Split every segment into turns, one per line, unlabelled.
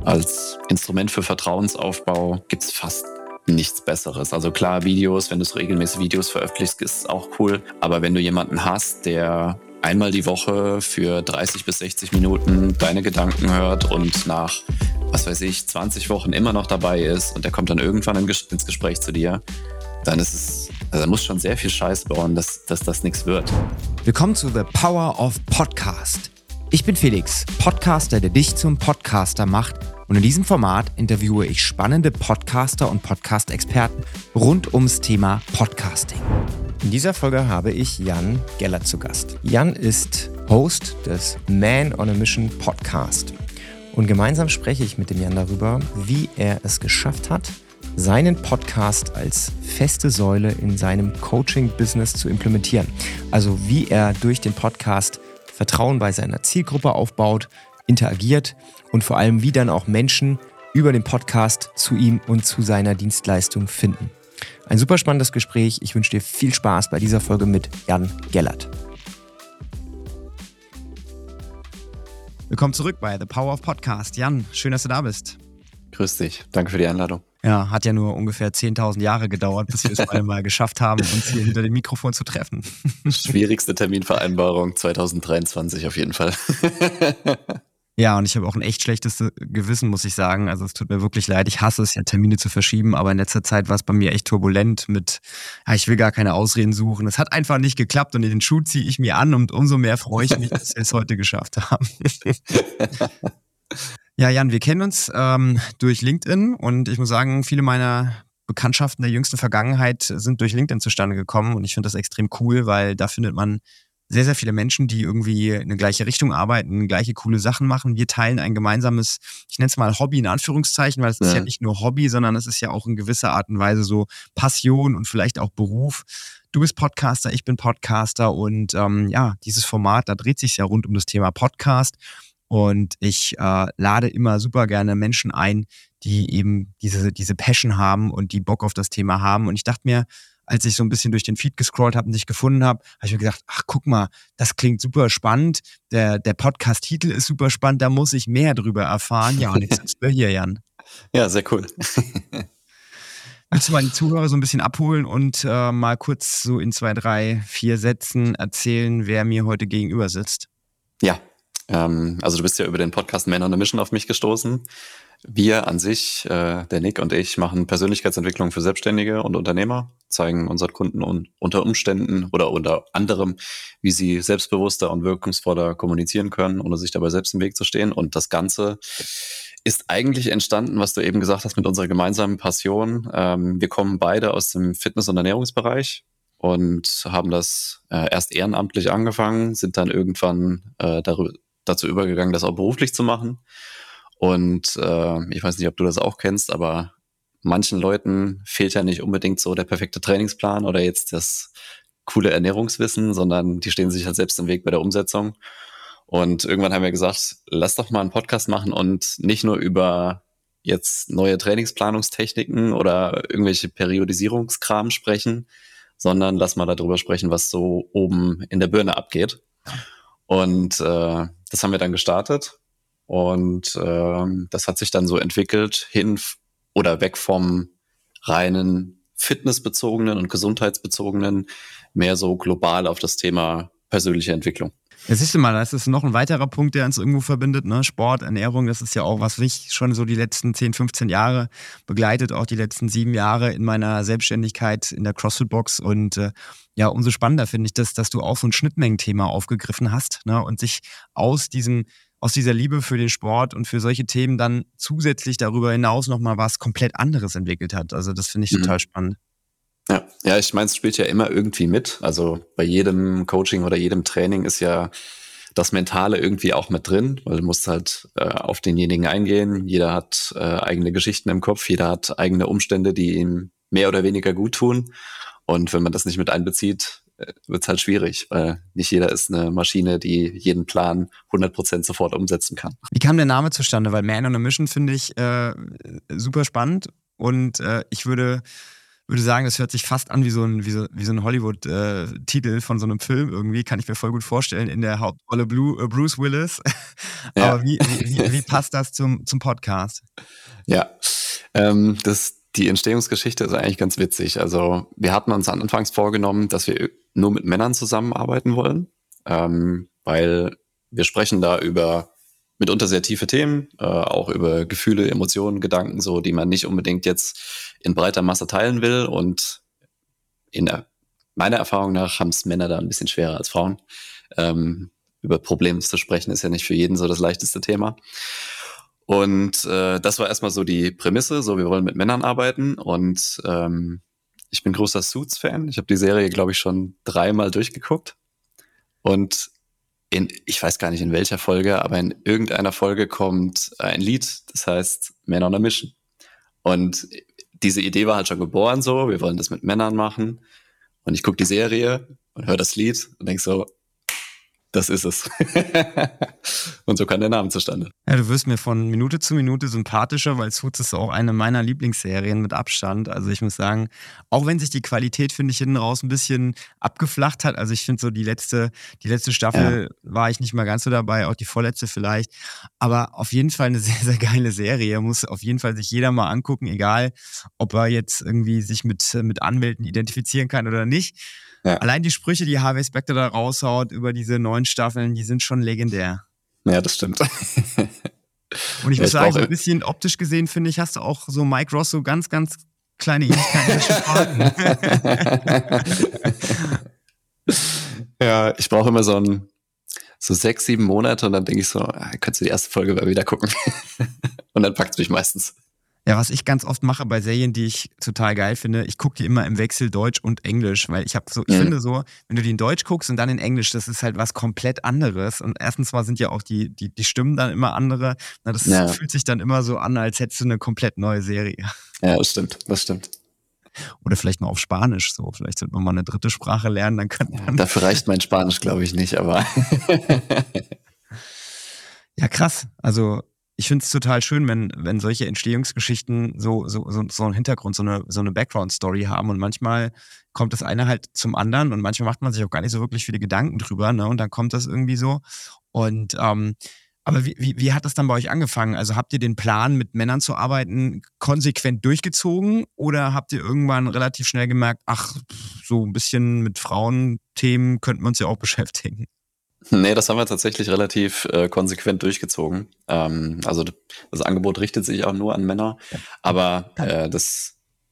als Instrument für Vertrauensaufbau gibt es fast nichts Besseres. Also klar, Videos, wenn du regelmäßig Videos veröffentlichst, ist es auch cool. Aber wenn du jemanden hast, der einmal die Woche für 30 bis 60 Minuten deine Gedanken hört und nach, 20 Wochen immer noch dabei ist und der kommt dann irgendwann ins Gespräch zu dir, dann ist es, da muss schon sehr viel Scheiß bauen, dass das nichts wird.
Willkommen zu The Power of Podcast. Ich bin Felix, Podcaster, der dich zum Podcaster macht. Und in diesem Format interviewe ich spannende Podcaster und Podcast-Experten rund ums Thema Podcasting. In dieser Folge habe ich Jan Gellert zu Gast. Jan ist Host des Man on a Mission Podcast. Und gemeinsam spreche ich mit dem Jan darüber, wie er es geschafft hat, seinen Podcast als feste Säule in seinem Coaching-Business zu implementieren. Also wie er durch den Podcast Vertrauen bei seiner Zielgruppe aufbaut, interagiert und vor allem wie dann auch Menschen über den Podcast zu ihm und zu seiner Dienstleistung finden. Ein super spannendes Gespräch. Ich wünsche dir viel Spaß bei dieser Folge mit Jan Gellert. Willkommen zurück bei The Power of Podcast. Jan, schön, dass du da bist.
Grüß dich. Danke für die Einladung.
Ja, hat ja nur ungefähr 10.000 Jahre gedauert, bis wir es beide mal geschafft haben, uns hier hinter dem Mikrofon zu treffen.
Schwierigste Terminvereinbarung 2023 auf jeden Fall.
Ja, und ich habe auch ein echt schlechtes Gewissen, muss ich sagen. Also es tut mir wirklich leid. Ich hasse es ja, Termine zu verschieben, aber in letzter Zeit war es bei mir echt turbulent mit, ich will gar keine Ausreden suchen. Es hat einfach nicht geklappt und den Schuh ziehe ich mir an und umso mehr freue ich mich, dass wir es heute geschafft haben. Ja, Jan, wir kennen uns durch LinkedIn und ich muss sagen, viele meiner Bekanntschaften der jüngsten Vergangenheit sind durch LinkedIn zustande gekommen und ich finde das extrem cool, weil da findet man sehr, sehr viele Menschen, die irgendwie in eine gleiche Richtung arbeiten, gleiche coole Sachen machen. Wir teilen ein gemeinsames, ich nenne es mal Hobby in Anführungszeichen, weil es ist ja nicht nur Hobby, sondern es ist ja auch in gewisser Art und Weise so Passion und vielleicht auch Beruf. Du bist Podcaster, ich bin Podcaster und dieses Format, da dreht sich ja rund um das Thema Podcast. Und ich lade immer super gerne Menschen ein, die eben diese Passion haben und die Bock auf das Thema haben. Und ich dachte mir, als ich so ein bisschen durch den Feed gescrollt habe und dich gefunden habe, habe ich mir gedacht, ach guck mal, das klingt super spannend. Der Podcast-Titel ist super spannend, da muss ich mehr drüber erfahren. Ja, und jetzt sind wir hier, Jan.
Ja, sehr cool.
Willst du mal die Zuhörer so ein bisschen abholen und mal kurz so in 2, 3, 4 Sätzen erzählen, wer mir heute gegenüber sitzt?
Ja. Also du bist ja über den Podcast Man on a Mission auf mich gestoßen. Wir an sich, der Nick und ich, machen Persönlichkeitsentwicklung für Selbstständige und Unternehmer, zeigen unseren Kunden unter Umständen oder unter anderem, wie sie selbstbewusster und wirkungsvoller kommunizieren können, ohne sich dabei selbst im Weg zu stehen. Und das Ganze ist eigentlich entstanden, was du eben gesagt hast, mit unserer gemeinsamen Passion. Wir kommen beide aus dem Fitness- und Ernährungsbereich und haben das erst ehrenamtlich angefangen, sind dann irgendwann dazu übergegangen, das auch beruflich zu machen. Und ich weiß nicht, ob du das auch kennst, aber manchen Leuten fehlt ja nicht unbedingt so der perfekte Trainingsplan oder jetzt das coole Ernährungswissen, sondern die stehen sich halt selbst im Weg bei der Umsetzung. Und irgendwann haben wir gesagt, lass doch mal einen Podcast machen und nicht nur über jetzt neue Trainingsplanungstechniken oder irgendwelche Periodisierungskram sprechen, sondern lass mal darüber sprechen, was so oben in der Birne abgeht. Und das haben wir dann gestartet und das hat sich dann so entwickelt hin oder weg vom reinen fitnessbezogenen und gesundheitsbezogenen, mehr so global auf das Thema persönliche Entwicklung.
Ja, siehst du mal, das ist noch ein weiterer Punkt, der uns irgendwo verbindet, ne? Sport, Ernährung, das ist ja auch, was mich schon so die letzten 10, 15 Jahre begleitet, auch die letzten 7 Jahre in meiner Selbstständigkeit in der CrossFit-Box und umso spannender finde ich das, dass du auch so ein Schnittmengenthema aufgegriffen hast, ne? Und sich aus dieser Liebe für den Sport und für solche Themen dann zusätzlich darüber hinaus nochmal was komplett anderes entwickelt hat. Also das finde ich total spannend.
Ja, ich meine, es spielt ja immer irgendwie mit. Also bei jedem Coaching oder jedem Training ist ja das Mentale irgendwie auch mit drin, weil du musst halt auf denjenigen eingehen. Jeder hat eigene Geschichten im Kopf, jeder hat eigene Umstände, die ihm mehr oder weniger gut tun. Und wenn man das nicht mit einbezieht, wird es halt schwierig, weil nicht jeder ist eine Maschine, die jeden Plan 100% sofort umsetzen kann.
Wie kam der Name zustande? Weil Man on a Mission finde ich super spannend und ich würde würde sagen, das hört sich fast an wie so ein Hollywood-Titel von so einem Film irgendwie, kann ich mir voll gut vorstellen, in der Hauptrolle Bruce Willis.
Ja.
Aber wie passt das zum Podcast?
Ja, die Entstehungsgeschichte ist eigentlich ganz witzig. Also wir hatten uns anfangs vorgenommen, dass wir nur mit Männern zusammenarbeiten wollen, weil wir sprechen da über mitunter sehr tiefe Themen, auch über Gefühle, Emotionen, Gedanken, so, die man nicht unbedingt jetzt in breiter Masse teilen will. Und meiner Erfahrung nach haben es Männer da ein bisschen schwerer als Frauen. Über Probleme zu sprechen ist ja nicht für jeden so das leichteste Thema. Und das war erstmal so die Prämisse, so wir wollen mit Männern arbeiten. Und ich bin großer Suits-Fan. Ich habe die Serie, glaube ich, schon 3-mal durchgeguckt. Und ich weiß gar nicht in welcher Folge, aber in irgendeiner Folge kommt ein Lied, das heißt Men on a Mission. Und diese Idee war halt schon geboren so, wir wollen das mit Männern machen. Und ich gucke die Serie und höre das Lied und denk so, das ist es. Und so kam der Name zustande.
Ja, du wirst mir von Minute zu Minute sympathischer, weil Suits ist auch eine meiner Lieblingsserien mit Abstand. Also ich muss sagen, auch wenn sich die Qualität, finde ich, hinten raus ein bisschen abgeflacht hat. Also ich finde so die letzte Staffel war ich nicht mal ganz so dabei, auch die vorletzte vielleicht. Aber auf jeden Fall eine sehr, sehr geile Serie. Muss auf jeden Fall sich jeder mal angucken, egal ob er jetzt irgendwie sich mit Anwälten identifizieren kann oder nicht. Ja. Allein die Sprüche, die Harvey Specter da raushaut über diese 9 Staffeln, die sind schon legendär.
Ja, das stimmt.
Und ich muss sagen, so ein bisschen optisch gesehen, finde ich, hast du auch so Mike Ross so ganz, ganz kleine Ähnlichkeiten.
Ja, ich brauche immer so 6, 7 Monate und dann denke ich so, könntest du die erste Folge mal wieder gucken. Und dann packt es mich meistens.
Ja, was ich ganz oft mache bei Serien, die ich total geil finde, ich gucke die immer im Wechsel Deutsch und Englisch, weil ich finde so, wenn du die in Deutsch guckst und dann in Englisch, das ist halt was komplett anderes. Und erstens mal sind ja auch die Stimmen dann immer andere. Na, das fühlt sich dann immer so an, als hättest du eine komplett neue Serie.
Ja, das stimmt.
Oder vielleicht mal auf Spanisch so. Vielleicht sollte man mal eine dritte Sprache lernen, dann könnte man.
Dafür reicht mein Spanisch, glaube ich, nicht, aber.
Ja, krass. Also ich finde es total schön, wenn solche Entstehungsgeschichten so einen Hintergrund, so eine Background-Story haben. Und manchmal kommt das eine halt zum anderen und manchmal macht man sich auch gar nicht so wirklich viele Gedanken drüber, ne? Und dann kommt das irgendwie so. Und aber wie hat das dann bei euch angefangen? Also habt ihr den Plan, mit Männern zu arbeiten, konsequent durchgezogen oder habt ihr irgendwann relativ schnell gemerkt, ach, so ein bisschen mit Frauenthemen könnten wir uns ja auch beschäftigen?
Nee, das haben wir tatsächlich relativ konsequent durchgezogen. Also das Angebot richtet sich auch nur an Männer. Aber das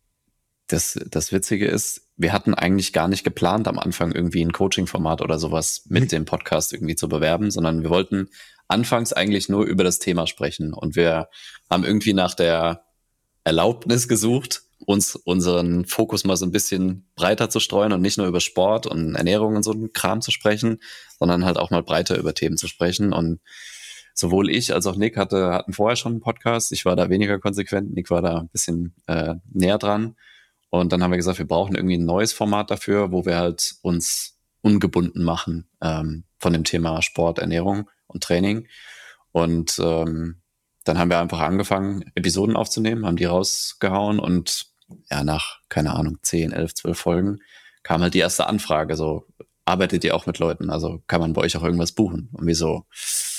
Witzige ist, wir hatten eigentlich gar nicht geplant, am Anfang irgendwie ein Coaching-Format oder sowas mit dem Podcast irgendwie zu bewerben, sondern wir wollten anfangs eigentlich nur über das Thema sprechen. Und wir haben irgendwie nach der Erlaubnis gesucht, unseren Fokus mal so ein bisschen breiter zu streuen und nicht nur über Sport und Ernährung und so einen Kram zu sprechen, sondern halt auch mal breiter über Themen zu sprechen. Und sowohl ich als auch Nick hatten vorher schon einen Podcast. Ich war da weniger konsequent, Nick war da ein bisschen näher dran. Und dann haben wir gesagt, wir brauchen irgendwie ein neues Format dafür, wo wir halt uns ungebunden machen von dem Thema Sport, Ernährung und Training. Und dann haben wir einfach angefangen, Episoden aufzunehmen, haben die rausgehauen und ja, nach, keine Ahnung, 10, 11, 12 Folgen kam halt die erste Anfrage, so, arbeitet ihr auch mit Leuten? Also kann man bei euch auch irgendwas buchen? Und wir so,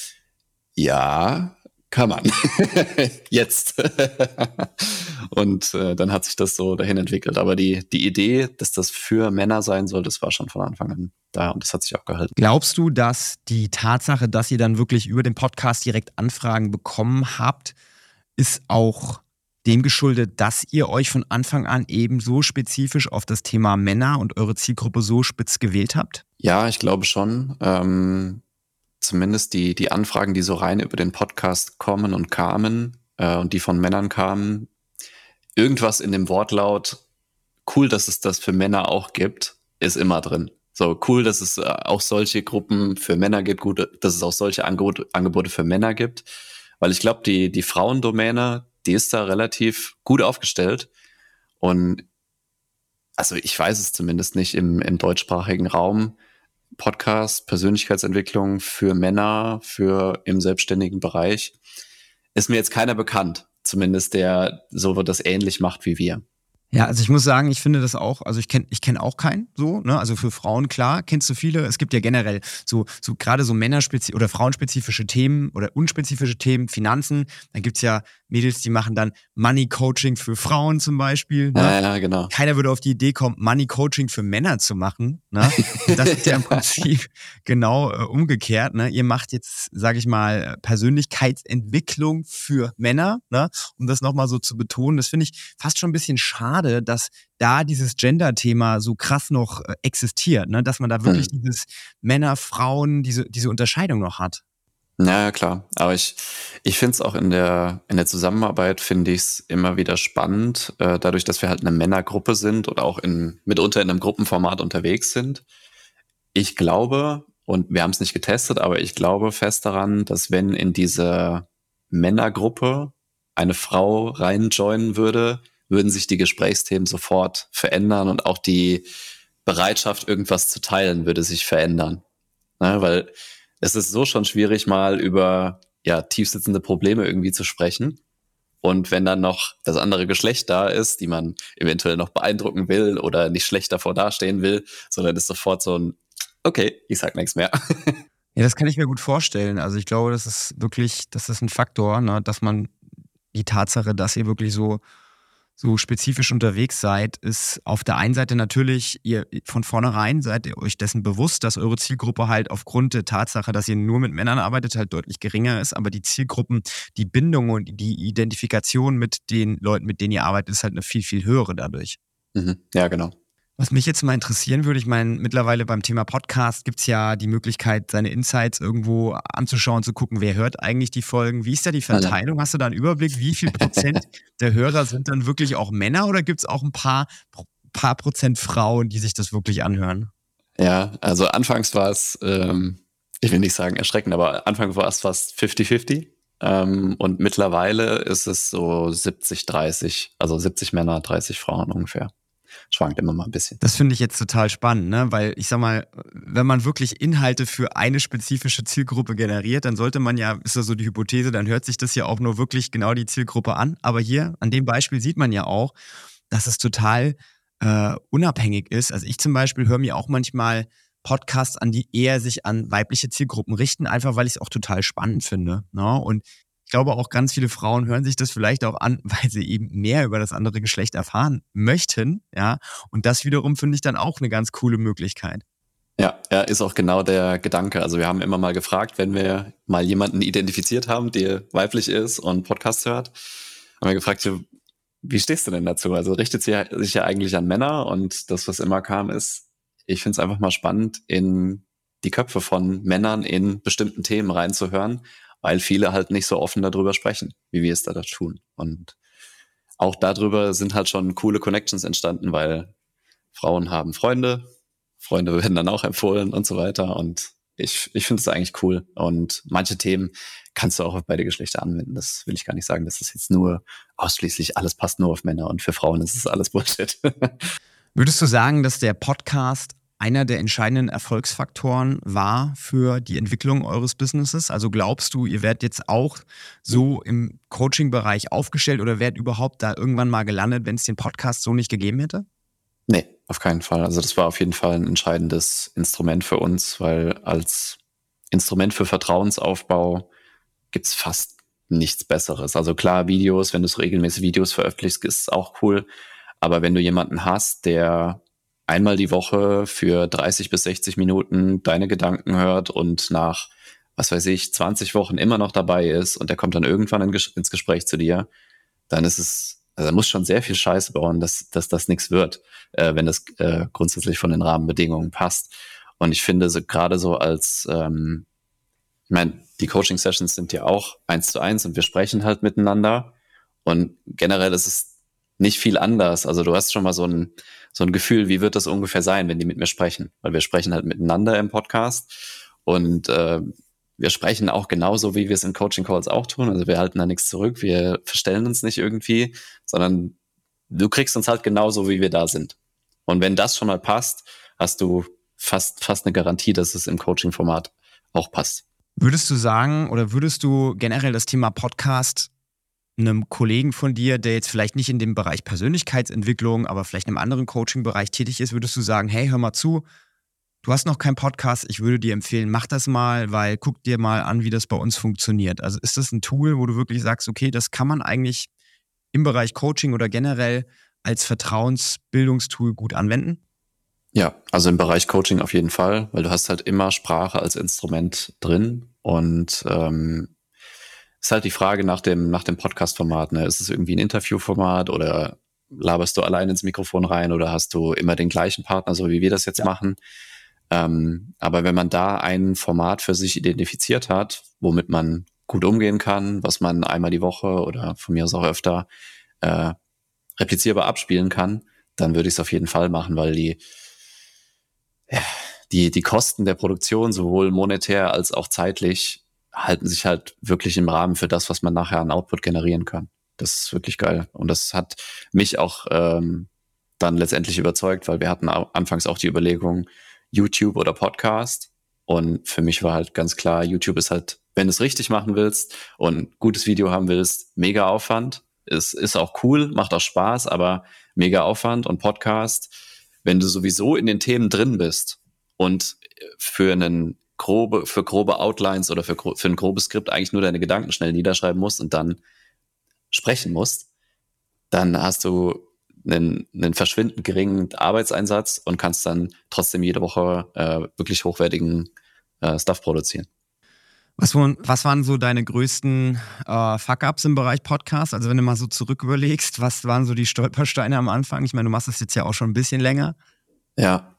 ja, kann man. Jetzt. Und dann hat sich das so dahin entwickelt. Aber die Idee, dass das für Männer sein soll, das war schon von Anfang an da und das hat sich auch gehalten.
Glaubst du, dass die Tatsache, dass ihr dann wirklich über den Podcast direkt Anfragen bekommen habt, ist auch dem geschuldet, dass ihr euch von Anfang an eben so spezifisch auf das Thema Männer und eure Zielgruppe so spitz gewählt habt?
Ja, ich glaube schon. Zumindest die Anfragen, die so rein über den Podcast kommen und kamen und die von Männern kamen, irgendwas in dem Wortlaut, cool, dass es das für Männer auch gibt, ist immer drin. So cool, dass es auch solche Gruppen für Männer gibt, gut, dass es auch solche Angebote für Männer gibt. Weil ich glaube, die Frauendomäne, die ist da relativ gut aufgestellt. Und also ich weiß es zumindest nicht im deutschsprachigen Raum. Podcast, Persönlichkeitsentwicklung für Männer, für im selbstständigen Bereich. Ist mir jetzt keiner bekannt, zumindest der so das ähnlich macht wie wir.
Ja, also ich muss sagen, ich finde das auch, also ich kenn auch keinen so, ne? Also für Frauen, klar, kennst du viele. Es gibt ja generell so gerade so oder frauenspezifische Themen oder unspezifische Themen, Finanzen. Dann gibt's ja Mädels, die machen dann Money Coaching für Frauen zum Beispiel, ne?
Ja, ja, genau.
Keiner würde auf die Idee kommen, Money Coaching für Männer zu machen, ne? Und das ist ja im Prinzip genau umgekehrt, ne? Ihr macht jetzt, sage ich mal, Persönlichkeitsentwicklung für Männer, ne? Um das nochmal so zu betonen. Das finde ich fast schon ein bisschen schade, dass da dieses Gender-Thema so krass noch existiert, ne? Dass man da
Hm.
wirklich dieses Männer, Frauen, diese Unterscheidung noch hat.
Ja, ja, klar. Aber ich finde es auch in der Zusammenarbeit, finde ich es immer wieder spannend, dadurch, dass wir halt eine Männergruppe sind oder auch mitunter in einem Gruppenformat unterwegs sind. Ich glaube, und wir haben es nicht getestet, aber ich glaube fest daran, dass wenn in diese Männergruppe eine Frau reinjoinen würde, würden sich die Gesprächsthemen sofort verändern und auch die Bereitschaft, irgendwas zu teilen, würde sich verändern. Ne? Weil es ist so schon schwierig, mal über tiefsitzende Probleme irgendwie zu sprechen. Und wenn dann noch das andere Geschlecht da ist, die man eventuell noch beeindrucken will oder nicht schlecht davor dastehen will, sondern ist sofort so ein, okay, ich sag nichts mehr.
Ja, das kann ich mir gut vorstellen. Also ich glaube, das ist ein Faktor, ne? Dass man die Tatsache, dass ihr wirklich so spezifisch unterwegs seid, ist auf der einen Seite natürlich, ihr von vornherein seid ihr euch dessen bewusst, dass eure Zielgruppe halt aufgrund der Tatsache, dass ihr nur mit Männern arbeitet, halt deutlich geringer ist. Aber die Zielgruppen, die Bindung und die Identifikation mit den Leuten, mit denen ihr arbeitet, ist halt eine viel, viel höhere dadurch.
Mhm. Ja, genau.
Was mich jetzt mal interessieren würde, ich meine, mittlerweile beim Thema Podcast gibt es ja die Möglichkeit, seine Insights irgendwo anzuschauen, zu gucken, wer hört eigentlich die Folgen. Wie ist da die
Ja.
Verteilung? Hast du da einen Überblick? Wie viel Prozent der Hörer sind dann wirklich auch Männer oder gibt es auch ein paar Prozent Frauen, die sich das wirklich anhören?
Ja, also anfangs war es, ich will nicht sagen erschreckend, aber anfangs war es fast 50-50. Und mittlerweile ist es so 70-30, also 70 Männer, 30 Frauen ungefähr. Schwankt immer mal ein bisschen.
Das finde ich jetzt total spannend, ne? Weil ich sag mal, wenn man wirklich Inhalte für eine spezifische Zielgruppe generiert, dann sollte man ja, ist ja so die Hypothese, dann hört sich das ja auch nur wirklich genau die Zielgruppe an. Aber hier an dem Beispiel sieht man ja auch, dass es total unabhängig ist. Also ich zum Beispiel höre mir auch manchmal Podcasts an, die eher sich an weibliche Zielgruppen richten, einfach weil ich es auch total spannend finde. Ne? Und ich glaube auch ganz viele Frauen hören sich das vielleicht auch an, weil sie eben mehr über das andere Geschlecht erfahren möchten. Ja, und das wiederum finde ich dann auch eine ganz coole Möglichkeit.
Ja, ja, ist auch genau der Gedanke. Also wir haben immer mal gefragt, wenn wir mal jemanden identifiziert haben, der weiblich ist und Podcasts hört, haben wir gefragt, so, wie stehst du denn dazu? Also richtet sich ja eigentlich an Männer und das, was immer kam, ist, ich finde es einfach mal spannend, in die Köpfe von Männern in bestimmten Themen reinzuhören, weil viele halt nicht so offen darüber sprechen, wie wir es da tun. Und auch darüber sind halt schon coole Connections entstanden, weil Frauen haben Freunde, Freunde werden dann auch empfohlen und so weiter. Und ich finde es eigentlich cool. Und manche Themen kannst du auch auf beide Geschlechter anwenden. Das will ich gar nicht sagen, dass das jetzt nur ausschließlich alles passt nur auf Männer und für Frauen ist es alles Bullshit.
Würdest du sagen, dass der Podcast einer der entscheidenden Erfolgsfaktoren war für die Entwicklung eures Businesses? Also glaubst du, ihr werdet jetzt auch so im Coaching-Bereich aufgestellt oder werdet überhaupt da irgendwann mal gelandet, wenn es den Podcast so nicht gegeben hätte?
Nee, auf keinen Fall. Also das war auf jeden Fall ein entscheidendes Instrument für uns, weil als Instrument für Vertrauensaufbau gibt's fast nichts Besseres. Also klar, Videos, wenn du so regelmäßig Videos veröffentlichst, ist auch cool. Aber wenn du jemanden hast, der einmal die Woche für 30 bis 60 Minuten deine Gedanken hört und nach, was weiß ich, 20 Wochen immer noch dabei ist und der kommt dann irgendwann ins Gespräch zu dir, dann ist es, also er muss schon sehr viel Scheiße bauen, dass das nichts wird, wenn das grundsätzlich von den Rahmenbedingungen passt. Und ich finde, so, gerade so als ich meine, die Coaching-Sessions sind ja auch 1:1 und wir sprechen halt miteinander. Und generell ist es nicht viel anders. Also du hast schon mal so ein Gefühl, wie wird das ungefähr sein, wenn die mit mir sprechen? Weil wir sprechen halt miteinander im Podcast und wir sprechen auch genauso, wie wir es in Coaching-Calls auch tun. Also wir halten da nichts zurück, wir verstellen uns nicht irgendwie, sondern du kriegst uns halt genauso, wie wir da sind. Und wenn das schon mal passt, hast du fast eine Garantie, dass es im Coaching-Format auch passt.
Würdest du sagen oder würdest du generell das Thema Podcast einem Kollegen von dir, der jetzt vielleicht nicht in dem Bereich Persönlichkeitsentwicklung, aber vielleicht in einem anderen Coaching-Bereich tätig ist, würdest du sagen, hey, hör mal zu, du hast noch keinen Podcast, ich würde dir empfehlen, mach das mal, weil guck dir mal an, wie das bei uns funktioniert. Also ist das ein Tool, wo du wirklich sagst, okay, das kann man eigentlich im Bereich Coaching oder generell als Vertrauensbildungstool gut anwenden?
Ja, also im Bereich Coaching auf jeden Fall, weil du hast halt immer Sprache als Instrument drin und ist halt die Frage nach dem Podcast-Format. Ne? Ist es irgendwie ein Interviewformat oder laberst du allein ins Mikrofon rein oder hast du immer den gleichen Partner, so wie wir das jetzt machen? Aber wenn man da ein Format für sich identifiziert hat, womit man gut umgehen kann, was man einmal die Woche oder von mir aus auch öfter replizierbar abspielen kann, dann würde ich es auf jeden Fall machen, weil die Kosten der Produktion, sowohl monetär als auch zeitlich, halten sich halt wirklich im Rahmen für das, was man nachher an Output generieren kann. Das ist wirklich geil. Und das hat mich auch dann letztendlich überzeugt, weil wir hatten anfangs auch die Überlegung, YouTube oder Podcast. Und für mich war halt ganz klar, YouTube ist halt, wenn du es richtig machen willst und ein gutes Video haben willst, mega Aufwand. Es ist auch cool, macht auch Spaß, aber mega Aufwand. Und Podcast, wenn du sowieso in den Themen drin bist und für grobe Outlines oder für ein grobes Skript eigentlich nur deine Gedanken schnell niederschreiben musst und dann sprechen musst, dann hast du einen verschwindend geringen Arbeitseinsatz und kannst dann trotzdem jede Woche wirklich hochwertigen Stuff produzieren.
Was waren so deine größten Fuck-Ups im Bereich Podcast? Also wenn du mal so zurück überlegst, was waren so die Stolpersteine am Anfang? Ich meine, du machst das jetzt ja auch schon ein bisschen länger.
Ja,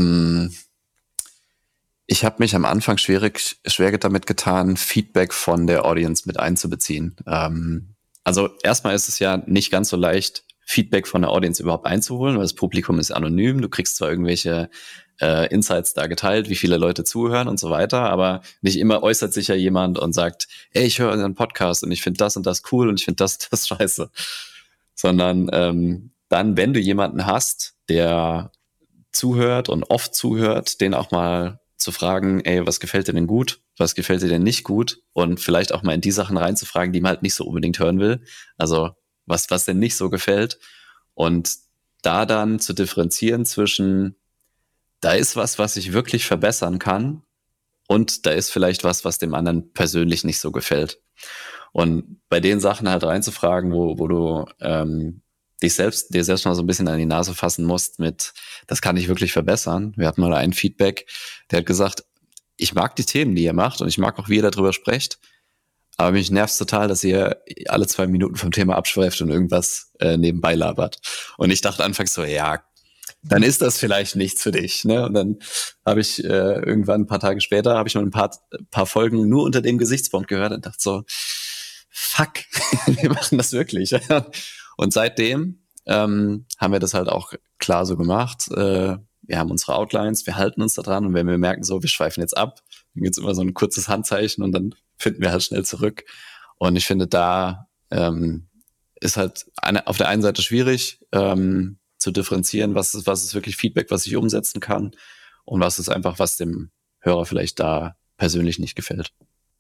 ich habe mich am Anfang schwer damit getan, Feedback von der Audience mit einzubeziehen. Also erstmal ist es ja nicht ganz so leicht, Feedback von der Audience überhaupt einzuholen, weil das Publikum ist anonym. Du kriegst zwar irgendwelche Insights da geteilt, wie viele Leute zuhören und so weiter, aber nicht immer äußert sich ja jemand und sagt, ey, ich höre euren Podcast und ich finde das und das cool und ich finde das scheiße. Sondern dann, wenn du jemanden hast, der zuhört und oft zuhört, den auch mal zu fragen, ey, was gefällt dir denn gut? Was gefällt dir denn nicht gut? Und vielleicht auch mal in die Sachen reinzufragen, die man halt nicht so unbedingt hören will. Also was denn nicht so gefällt. Und da dann zu differenzieren zwischen, da ist was ich wirklich verbessern kann und da ist vielleicht was dem anderen persönlich nicht so gefällt. Und bei den Sachen halt reinzufragen, wo du dir selbst mal so ein bisschen an die Nase fassen musst mit, das kann ich wirklich verbessern. Wir hatten mal ein Feedback, der hat gesagt, ich mag die Themen, die ihr macht und ich mag auch, wie ihr darüber sprecht, aber mich nervt's total, dass ihr alle 2 Minuten vom Thema abschweift und irgendwas nebenbei labert. Und ich dachte anfangs so, ja, dann ist das vielleicht nichts für dich. Ne? Und dann habe ich irgendwann ein paar Tage später, habe ich mal ein paar Folgen nur unter dem Gesichtspunkt gehört und dachte so, fuck, wir machen das wirklich. Und seitdem haben wir das halt auch klar so gemacht. Wir haben unsere Outlines, wir halten uns da dran und wenn wir merken, so, wir schweifen jetzt ab, dann gibt's immer so ein kurzes Handzeichen und dann finden wir halt schnell zurück. Und ich finde, da ist halt auf der einen Seite schwierig zu differenzieren, was ist wirklich Feedback, was ich umsetzen kann und was ist einfach, was dem Hörer vielleicht da persönlich nicht gefällt.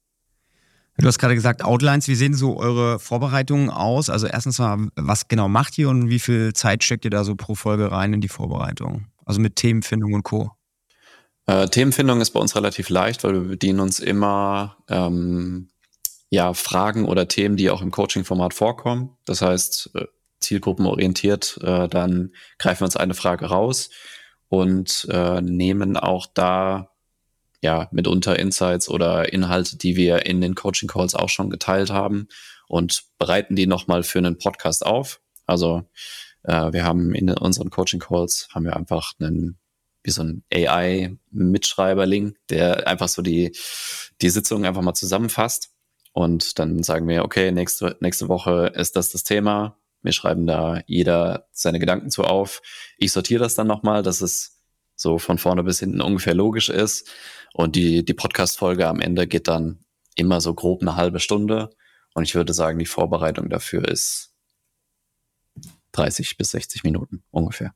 Du hast gerade gesagt, Outlines, wie sehen so eure Vorbereitungen aus? Also erstens mal, was genau macht ihr und wie viel Zeit steckt ihr da so pro Folge rein in die Vorbereitung? Also mit Themenfindung und Co.
Themenfindung ist bei uns relativ leicht, weil wir bedienen uns immer Fragen oder Themen, die auch im Coaching-Format vorkommen. Das heißt, zielgruppenorientiert, dann greifen wir uns eine Frage raus und nehmen auch da mitunter Insights oder Inhalte, die wir in den Coaching Calls auch schon geteilt haben und bereiten die nochmal für einen Podcast auf. Also wir haben in unseren Coaching Calls haben wir einfach wie so ein AI-Mitschreiber-Link, der einfach so die Sitzung einfach mal zusammenfasst. Und dann sagen wir, okay, nächste Woche ist das Thema. Wir schreiben da jeder seine Gedanken zu auf. Ich sortiere das dann nochmal, dass es so von vorne bis hinten ungefähr logisch ist. Und die Podcast-Folge am Ende geht dann immer so grob eine halbe Stunde. Und ich würde sagen, die Vorbereitung dafür ist 30 bis 60 Minuten ungefähr.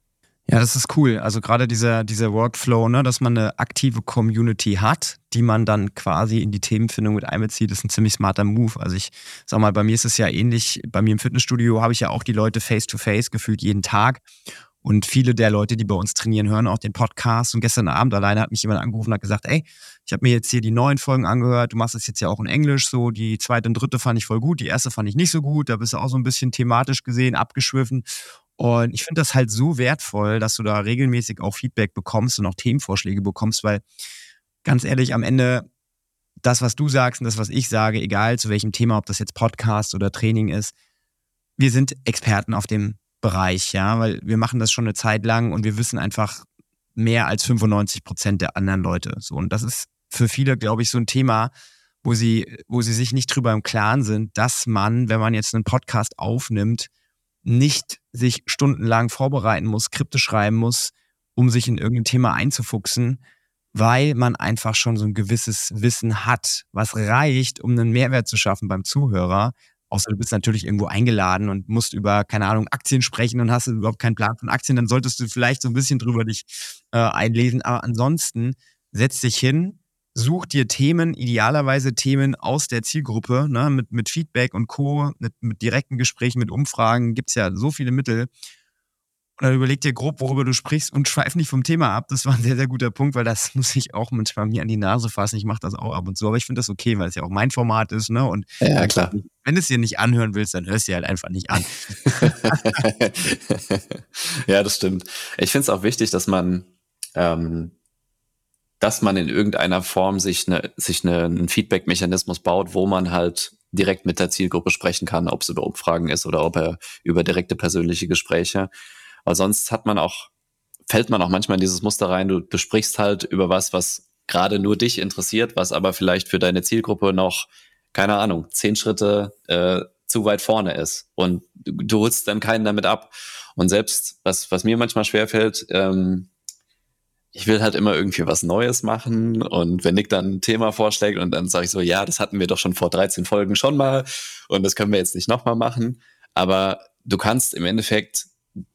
Ja, das ist cool. Also gerade dieser Workflow, ne, dass man eine aktive Community hat, die man dann quasi in die Themenfindung mit einbezieht, ist ein ziemlich smarter Move. Also ich sag mal, bei mir ist es ja ähnlich. Bei mir im Fitnessstudio habe ich ja auch die Leute face to face gefühlt jeden Tag. Und viele der Leute, die bei uns trainieren, hören auch den Podcast. Und gestern Abend alleine hat mich jemand angerufen und hat gesagt, ey, ich habe mir jetzt hier die neuen Folgen angehört. Du machst das jetzt ja auch in Englisch so. Die zweite und dritte fand ich voll gut. Die erste fand ich nicht so gut. Da bist du auch so ein bisschen thematisch gesehen abgeschwiffen. Und ich finde das halt so wertvoll, dass du da regelmäßig auch Feedback bekommst und auch Themenvorschläge bekommst, weil ganz ehrlich, am Ende das, was du sagst und das, was ich sage, egal zu welchem Thema, ob das jetzt Podcast oder Training ist, wir sind Experten auf dem Bereich, ja, weil wir machen das schon eine Zeit lang und wir wissen einfach mehr als 95% der anderen Leute. So, und das ist für viele, glaube ich, so ein Thema, wo sie sich nicht drüber im Klaren sind, dass man, wenn man jetzt einen Podcast aufnimmt, nicht sich stundenlang vorbereiten muss, Skripte schreiben muss, um sich in irgendein Thema einzufuchsen, weil man einfach schon so ein gewisses Wissen hat, was reicht, um einen Mehrwert zu schaffen beim Zuhörer. Außer du bist natürlich irgendwo eingeladen und musst über, keine Ahnung, Aktien sprechen und hast überhaupt keinen Plan von Aktien, dann solltest du vielleicht so ein bisschen drüber dich einlesen. Aber ansonsten setz dich hin, such dir Themen, idealerweise Themen aus der Zielgruppe, ne, mit Feedback und Co., mit direkten Gesprächen, mit Umfragen, gibt's ja so viele Mittel. Und dann überleg dir grob, worüber du sprichst und schweif nicht vom Thema ab. Das war ein sehr, sehr guter Punkt, weil das muss ich auch manchmal mir an die Nase fassen. Ich mache das auch ab und zu, aber ich finde das okay, weil es ja auch mein Format ist, ne? Und
Ja, klar.
wenn du es dir nicht anhören willst, dann hörst du dir halt einfach nicht an.
Ja, das stimmt. Ich finde es auch wichtig, dass man in irgendeiner Form einen Feedback-Mechanismus baut, wo man halt direkt mit der Zielgruppe sprechen kann, ob es über Umfragen ist oder ob er über direkte persönliche Gespräche. Weil sonst fällt man auch manchmal in dieses Muster rein, du sprichst halt über was gerade nur dich interessiert, was aber vielleicht für deine Zielgruppe noch, keine Ahnung, 10 Schritte zu weit vorne ist. Und du holst dann keinen damit ab. Und selbst, was mir manchmal schwerfällt, ich will halt immer irgendwie was Neues machen, und wenn Nick dann ein Thema vorschlägt und dann sage ich so, ja, das hatten wir doch schon vor 13 Folgen schon mal und das können wir jetzt nicht nochmal machen, aber du kannst im Endeffekt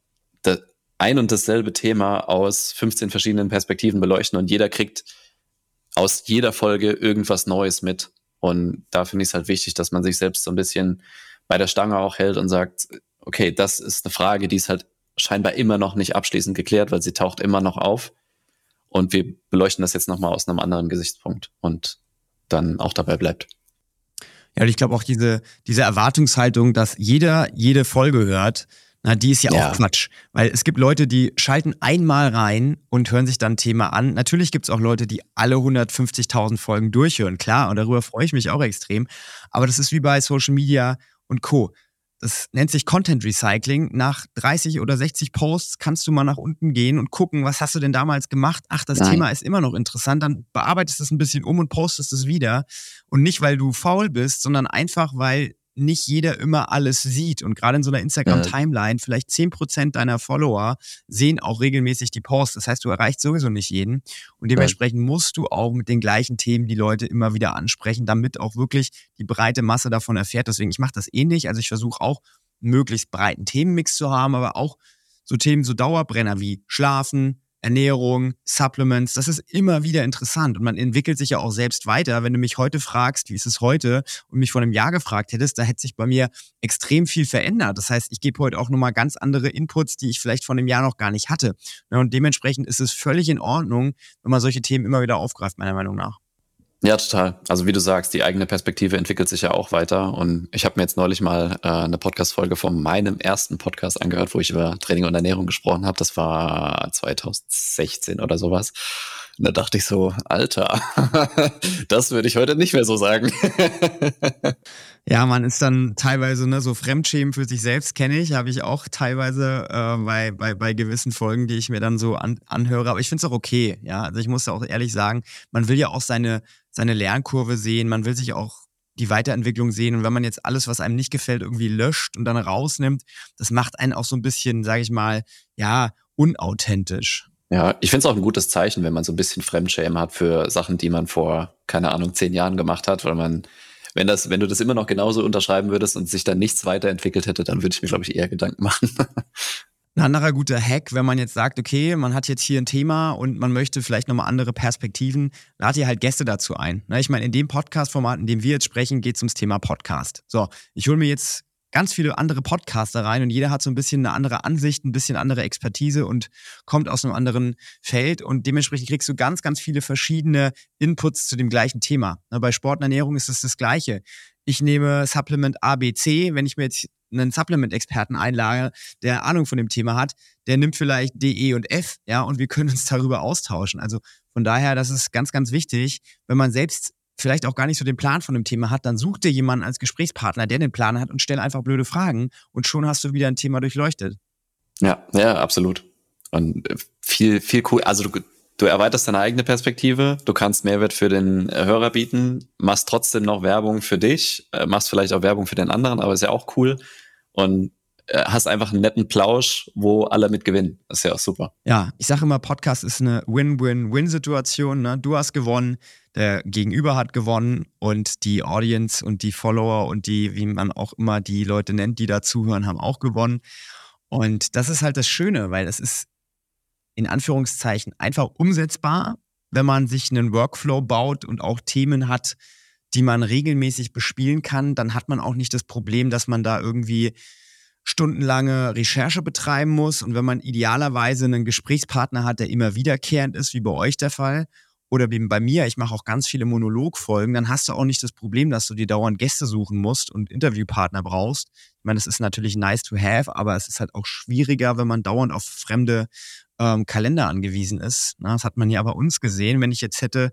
ein und dasselbe Thema aus 15 verschiedenen Perspektiven beleuchten und jeder kriegt aus jeder Folge irgendwas Neues mit, und da finde ich es halt wichtig, dass man sich selbst so ein bisschen bei der Stange auch hält und sagt, okay, das ist eine Frage, die ist halt scheinbar immer noch nicht abschließend geklärt, weil sie taucht immer noch auf. Und wir beleuchten das jetzt nochmal aus einem anderen Gesichtspunkt und dann auch dabei bleibt.
Ja, und ich glaube auch diese Erwartungshaltung, dass jeder jede Folge hört, na, die ist ja auch Quatsch. Weil es gibt Leute, die schalten einmal rein und hören sich dann ein Thema an. Natürlich gibt es auch Leute, die alle 150.000 Folgen durchhören, klar, und darüber freue ich mich auch extrem. Aber das ist wie bei Social Media und Co. Das nennt sich Content Recycling. Nach 30 oder 60 Posts kannst du mal nach unten gehen und gucken, was hast du denn damals gemacht? Ach, das Thema ist immer noch interessant. Dann bearbeitest du es ein bisschen um und postest es wieder. Und nicht, weil du faul bist, sondern einfach, weil nicht jeder immer alles sieht. Und gerade in so einer Instagram-Timeline, vielleicht 10% deiner Follower sehen auch regelmäßig die Posts. Das heißt, du erreichst sowieso nicht jeden. Und dementsprechend musst du auch mit den gleichen Themen die Leute immer wieder ansprechen, damit auch wirklich die breite Masse davon erfährt. Deswegen, ich mache das ähnlich. Also ich versuche auch, einen möglichst breiten Themenmix zu haben, aber auch so Themen, so Dauerbrenner wie Schlafen, Ernährung, Supplements, das ist immer wieder interessant und man entwickelt sich ja auch selbst weiter. Wenn du mich heute fragst, wie ist es heute, und mich vor einem Jahr gefragt hättest, da hätte sich bei mir extrem viel verändert. Das heißt, ich gebe heute auch nochmal ganz andere Inputs, die ich vielleicht vor einem Jahr noch gar nicht hatte. Und dementsprechend ist es völlig in Ordnung, wenn man solche Themen immer wieder aufgreift, meiner Meinung nach.
Ja, total. Also wie du sagst, die eigene Perspektive entwickelt sich ja auch weiter. Und ich habe mir jetzt neulich mal eine Podcast-Folge von meinem ersten Podcast angehört, wo ich über Training und Ernährung gesprochen habe. Das war 2016 oder sowas. Und da dachte ich so, Alter, das würde ich heute nicht mehr so sagen.
Ja, man ist dann teilweise, ne, so Fremdschämen für sich selbst, kenne ich, habe ich auch teilweise bei gewissen Folgen, die ich mir dann so anhöre. Aber ich finde es auch okay, ja. Also ich muss auch ehrlich sagen, man will ja auch seine Lernkurve sehen, man will sich auch die Weiterentwicklung sehen. Und wenn man jetzt alles, was einem nicht gefällt, irgendwie löscht und dann rausnimmt, das macht einen auch so ein bisschen, sage ich mal, ja, unauthentisch.
Ja, ich finde es auch ein gutes Zeichen, wenn man so ein bisschen Fremdschämen hat für Sachen, die man vor, keine Ahnung, 10 Jahren gemacht hat, weil wenn du das immer noch genauso unterschreiben würdest und sich dann nichts weiterentwickelt hätte, dann würde ich mir, glaube ich, eher Gedanken machen.
Ein anderer guter Hack, wenn man jetzt sagt, okay, man hat jetzt hier ein Thema und man möchte vielleicht nochmal andere Perspektiven, lad ihr halt Gäste dazu ein. Ich meine, in dem Podcast-Format, in dem wir jetzt sprechen, geht es ums Thema Podcast. So, ich hole mir jetzt ganz viele andere Podcaster rein und jeder hat so ein bisschen eine andere Ansicht, ein bisschen andere Expertise und kommt aus einem anderen Feld und dementsprechend kriegst du ganz, ganz viele verschiedene Inputs zu dem gleichen Thema. Bei Sport und Ernährung ist es das Gleiche. Ich nehme Supplement A, B, C, wenn ich mir jetzt einen Supplement-Experten einlage, der Ahnung von dem Thema hat, der nimmt vielleicht D, E und F, ja, und wir können uns darüber austauschen. Also von daher, das ist ganz, ganz wichtig, wenn man selbst vielleicht auch gar nicht so den Plan von dem Thema hat, dann such dir jemanden als Gesprächspartner, der den Plan hat und stell einfach blöde Fragen und schon hast du wieder ein Thema durchleuchtet.
Ja, absolut. Und viel cool. Also du erweiterst deine eigene Perspektive, du kannst Mehrwert für den Hörer bieten, machst trotzdem noch Werbung für dich, machst vielleicht auch Werbung für den anderen, aber ist ja auch cool. Und hast einfach einen netten Plausch, wo alle mit gewinnen. Das ist ja auch super.
Ja, ich sage immer, Podcast ist eine Win-Win-Win-Situation. Ne? Du hast gewonnen, der Gegenüber hat gewonnen und die Audience und die Follower und die, wie man auch immer die Leute nennt, die da zuhören, haben auch gewonnen. Und das ist halt das Schöne, weil es ist in Anführungszeichen einfach umsetzbar, wenn man sich einen Workflow baut und auch Themen hat, die man regelmäßig bespielen kann, dann hat man auch nicht das Problem, dass man da irgendwie stundenlange Recherche betreiben muss. Und wenn man idealerweise einen Gesprächspartner hat, der immer wiederkehrend ist, wie bei euch der Fall, oder eben bei mir, ich mache auch ganz viele Monologfolgen, dann hast du auch nicht das Problem, dass du dir dauernd Gäste suchen musst und Interviewpartner brauchst. Ich meine, das ist natürlich nice to have, aber es ist halt auch schwieriger, wenn man dauernd auf fremde Kalender angewiesen ist. Das hat man ja bei uns gesehen. Wenn ich jetzt hätte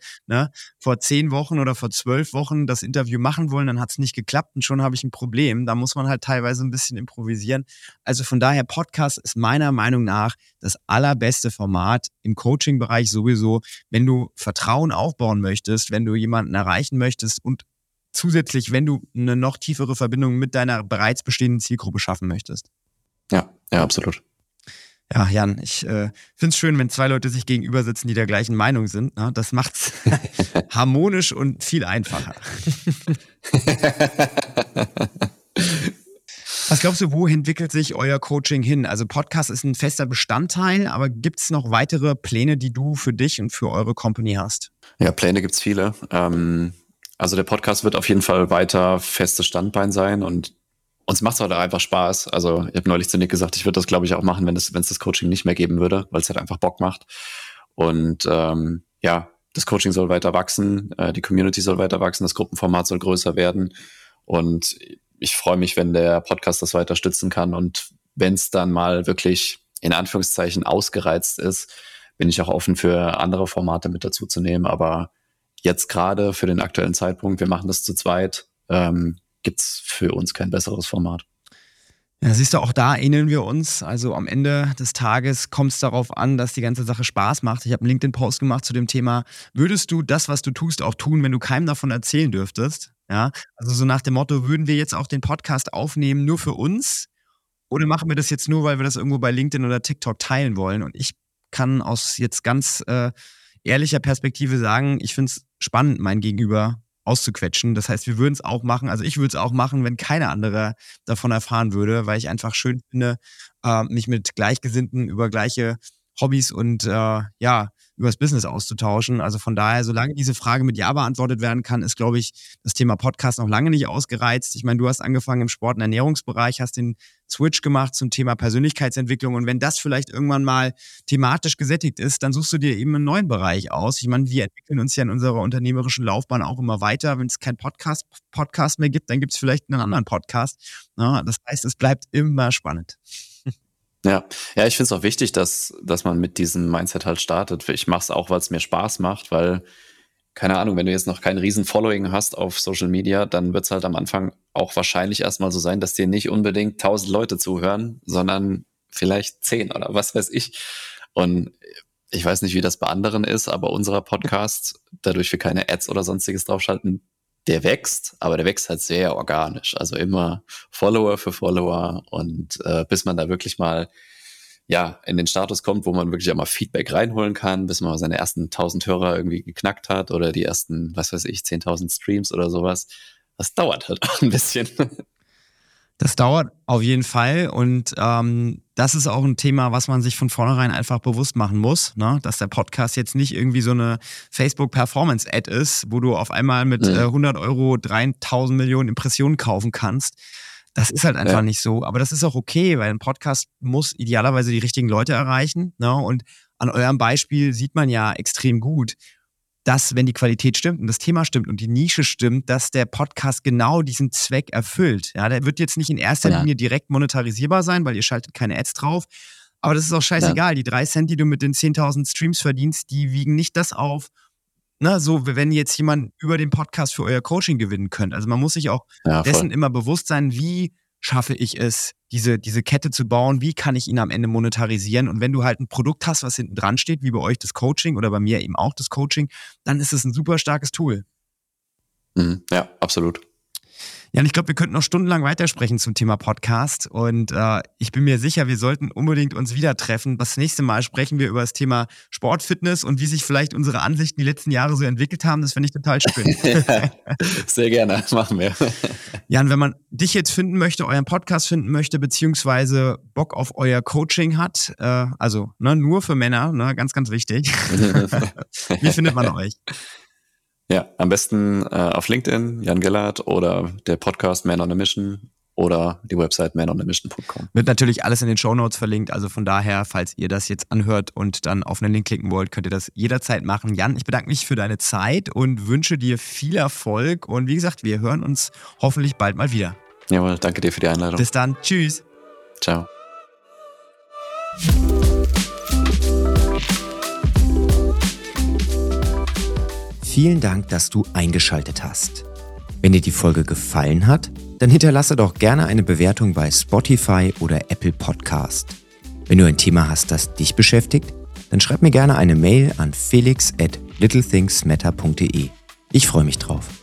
vor 10 Wochen oder vor 12 Wochen das Interview machen wollen, dann hat es nicht geklappt und schon habe ich ein Problem. Da muss man halt teilweise ein bisschen improvisieren. Also von daher, Podcast ist meiner Meinung nach das allerbeste Format im Coaching-Bereich sowieso, wenn du Vertrauen aufbauen möchtest, wenn du jemanden erreichen möchtest und zusätzlich, wenn du eine noch tiefere Verbindung mit deiner bereits bestehenden Zielgruppe schaffen möchtest.
Ja, absolut.
Ja, Jan, ich finde es schön, wenn 2 Leute sich gegenüber sitzen, die der gleichen Meinung sind. Ne? Das macht's harmonisch und viel einfacher. Was glaubst du, wo entwickelt sich euer Coaching hin? Also Podcast ist ein fester Bestandteil, aber gibt es noch weitere Pläne, die du für dich und für eure Company hast?
Ja, Pläne gibt's viele. Also der Podcast wird auf jeden Fall weiter festes Standbein sein und uns macht es halt einfach Spaß. Also ich habe neulich zu Nick gesagt, ich würde das, glaube ich, auch machen, wenn es das Coaching nicht mehr geben würde, weil es halt einfach Bock macht. Und das Coaching soll weiter wachsen, die Community soll weiter wachsen, das Gruppenformat soll größer werden. Und ich freue mich, wenn der Podcast das weiter stützen kann. Und wenn es dann mal wirklich in Anführungszeichen ausgereizt ist, bin ich auch offen für andere Formate mit dazu zu nehmen. Aber jetzt gerade für den aktuellen Zeitpunkt, wir machen das zu zweit, gibt's für uns kein besseres Format.
Ja, siehst du, auch da ähneln wir uns. Also am Ende des Tages kommt es darauf an, dass die ganze Sache Spaß macht. Ich habe einen LinkedIn-Post gemacht zu dem Thema, würdest du das, was du tust, auch tun, wenn du keinem davon erzählen dürftest? Ja, also so nach dem Motto, würden wir jetzt auch den Podcast aufnehmen nur für uns? Oder machen wir das jetzt nur, weil wir das irgendwo bei LinkedIn oder TikTok teilen wollen? Und ich kann aus jetzt ganz ehrlicher Perspektive sagen, ich finde es spannend, mein Gegenüber auszuquetschen. Das heißt, wir würden es auch machen, also ich würde es auch machen, wenn keiner andere davon erfahren würde, weil ich einfach schön finde, mich mit Gleichgesinnten über gleiche Hobbys und über das Business auszutauschen. Also von daher, solange diese Frage mit Ja beantwortet werden kann, ist, glaube ich, das Thema Podcast noch lange nicht ausgereizt. Ich meine, du hast angefangen im Sport- und Ernährungsbereich, hast den Switch gemacht zum Thema Persönlichkeitsentwicklung und wenn das vielleicht irgendwann mal thematisch gesättigt ist, dann suchst du dir eben einen neuen Bereich aus. Ich meine, wir entwickeln uns ja in unserer unternehmerischen Laufbahn auch immer weiter. Wenn es keinen Podcast mehr gibt, dann gibt es vielleicht einen anderen Podcast. Ja, das heißt, es bleibt immer spannend.
Ja, ich finde es auch wichtig, dass man mit diesem Mindset halt startet. Ich mache es auch, weil es mir Spaß macht, weil, keine Ahnung, wenn du jetzt noch kein riesen Following hast auf Social Media, dann wird es halt am Anfang auch wahrscheinlich erstmal so sein, dass dir nicht unbedingt 1000 Leute zuhören, sondern vielleicht 10 oder was weiß ich. Und ich weiß nicht, wie das bei anderen ist, aber unserer Podcast, dadurch wir keine Ads oder sonstiges draufschalten, der wächst, aber der wächst halt sehr organisch. Also immer Follower für Follower und bis man da wirklich mal in den Status kommt, wo man wirklich auch mal Feedback reinholen kann, bis man seine ersten 1000 Hörer irgendwie geknackt hat oder die ersten, 10.000 Streams oder sowas. Das dauert halt auch ein bisschen.
Das dauert auf jeden Fall und das ist auch ein Thema, was man sich von vornherein einfach bewusst machen muss, ne? Dass der Podcast jetzt nicht irgendwie so eine Facebook-Performance-Ad ist, wo du auf einmal mit 100 Euro 3000 Millionen Impressionen kaufen kannst. Das ist halt einfach nicht so, aber das ist auch okay, weil ein Podcast muss idealerweise die richtigen Leute erreichen, ne? Und an eurem Beispiel sieht man ja extrem gut, dass, wenn die Qualität stimmt und das Thema stimmt und die Nische stimmt, dass der Podcast genau diesen Zweck erfüllt. Ja, der wird jetzt nicht in erster Linie direkt monetarisierbar sein, weil ihr schaltet keine Ads drauf. Aber das ist auch scheißegal. Die 3 Cent, die du mit den 10.000 Streams verdienst, die wiegen nicht das auf, ne, so wenn jetzt jemand über den Podcast für euer Coaching gewinnen könnt. Also man muss sich auch dessen immer bewusst sein, wie schaffe ich es, diese Kette zu bauen, wie kann ich ihn am Ende monetarisieren? Und wenn du halt ein Produkt hast, was hinten dran steht, wie bei euch das Coaching oder bei mir eben auch das Coaching, dann ist es ein super starkes Tool.
Ja, absolut.
Ja, und ich glaube, wir könnten noch stundenlang weitersprechen zum Thema Podcast und ich bin mir sicher, wir sollten unbedingt uns wieder treffen. Das nächste Mal sprechen wir über das Thema Sport, Fitness und wie sich vielleicht unsere Ansichten die letzten Jahre so entwickelt haben. Das finde ich total schön.
Sehr gerne, machen wir.
Jan, wenn man dich jetzt finden möchte, euren Podcast finden möchte, beziehungsweise Bock auf euer Coaching hat, also nur für Männer, ganz, ganz wichtig. Wie findet man euch?
Ja, am besten auf LinkedIn, Jan Gellert, oder der Podcast Man on a Mission oder die Website manonamission.com.
Wird natürlich alles in den Shownotes verlinkt, also von daher, falls ihr das jetzt anhört und dann auf einen Link klicken wollt, könnt ihr das jederzeit machen. Jan, ich bedanke mich für deine Zeit und wünsche dir viel Erfolg und wie gesagt, wir hören uns hoffentlich bald mal wieder.
Jawohl, danke dir für die Einladung.
Bis dann, tschüss.
Ciao.
Vielen Dank, dass du eingeschaltet hast. Wenn dir die Folge gefallen hat, dann hinterlasse doch gerne eine Bewertung bei Spotify oder Apple Podcast. Wenn du ein Thema hast, das dich beschäftigt, dann schreib mir gerne eine Mail an felix@littlethingsmatter.de. Ich freue mich drauf.